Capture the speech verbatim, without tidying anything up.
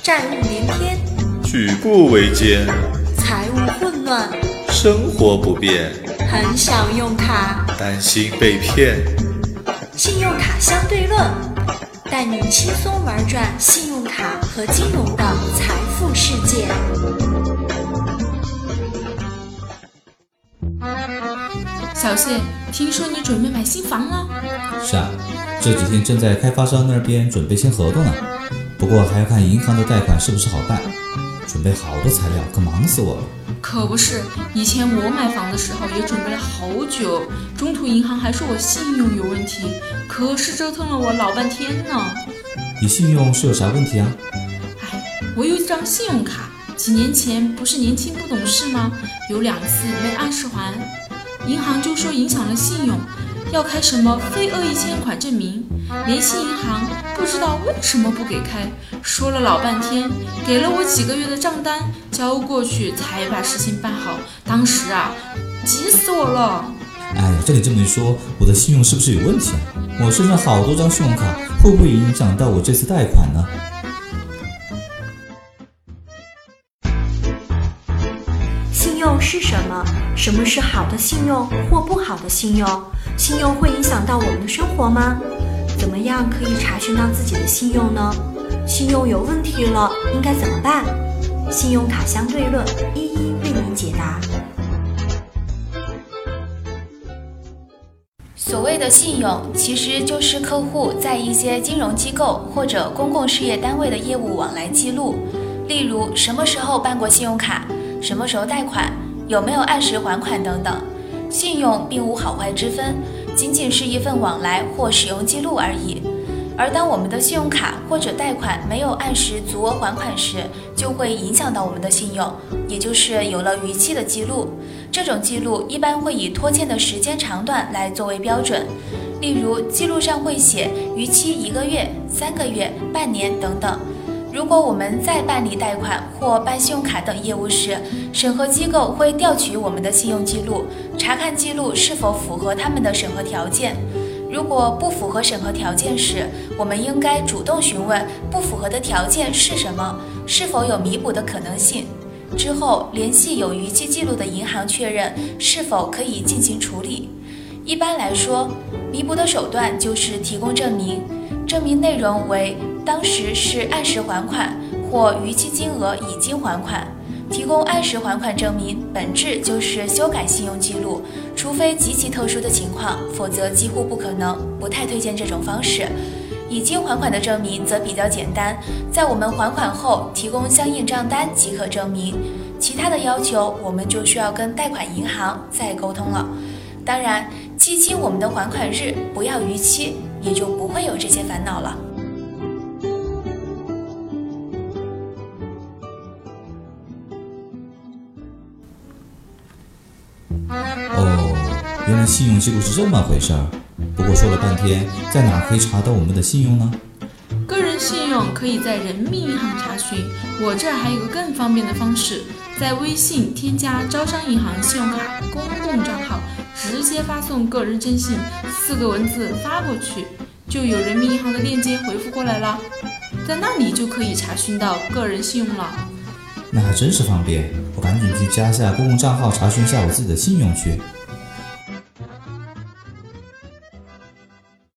债务连篇， 举步维艰， 财务混乱， 生活不便， 很想用卡， 担心被骗。 信用卡相对论，带你轻松玩转信用卡和金融的财富世界。 小谢，听说你准备买新房了？ 是啊，这几天正在开发商那边准备签合同呢，不过还要看银行的贷款是不是好办，准备好多材料，可忙死我了。 可不是，以前我买房的时候也准备了好久，中途银行还说我信用有问题，可是折腾了我老半天呢。 你信用是有啥问题啊？ 哎，我有一张信用卡，几年前不是年轻不懂事吗？有两次没按时还，银行就说影响了信用，要开什么非恶意欠款证明，联系银行不知道为什么不给开，说了老半天，给了我几个月的账单，交过去才把事情办好。当时啊，急死我了。 哎呀，照你这么一说，我的信用是不是有问题啊？我身上好多张信用卡，会不会影响到我这次贷款呢？ 信用是什么？什么是好的信用或不好的信用？信用会影响到我们的生活吗？怎么样可以查询到自己的信用呢？信用有问题了，应该怎么办？信用卡相对论一一为您解答。 所谓的信用，其实就是客户在一些金融机构或者公共事业单位的业务往来记录，例如什么时候办过信用卡，什么时候贷款，有没有按时还款等等。信用并无好坏之分，仅仅是一份往来或使用记录而已。而当我们的信用卡或者贷款没有按时足额还款时，就会影响到我们的信用，也就是有了逾期的记录。这种记录一般会以拖欠的时间长短来作为标准，例如记录上会写逾期一个月、三个月、半年等等。如果我们在办理贷款或办信用卡等业务时，审核机构会调取我们的信用记录，查看记录是否符合他们的审核条件。如果不符合审核条件时，我们应该主动询问不符合的条件是什么，是否有弥补的可能性。之后联系有逾期记录的银行确认是否可以进行处理。一般来说，弥补的手段就是提供证明，证明内容为当时是按时还款或逾期金额已经还款。提供按时还款证明本质就是修改信用记录，除非极其特殊的情况，否则几乎不可能，不太推荐这种方式。已经还款的证明则比较简单，在我们还款后提供相应账单即可证明，其他的要求我们就需要跟贷款银行再沟通了。当然，记清我们的还款日，不要逾期，也就不会有这些烦恼了。 哦，原来信用记录是这么回事儿。不过说了半天，在哪可以查到我们的信用呢？ 个人信用可以在人民银行查询，我这儿还有个更方便的方式，在微信添加招商银行信用卡公共账号，直接发送个人征信四个文字发过去，就有人民银行的链接回复过来了，在那里就可以查询到个人信用了。 那还真是方便，我赶紧去加下公共账号查询一下我自己的信用去。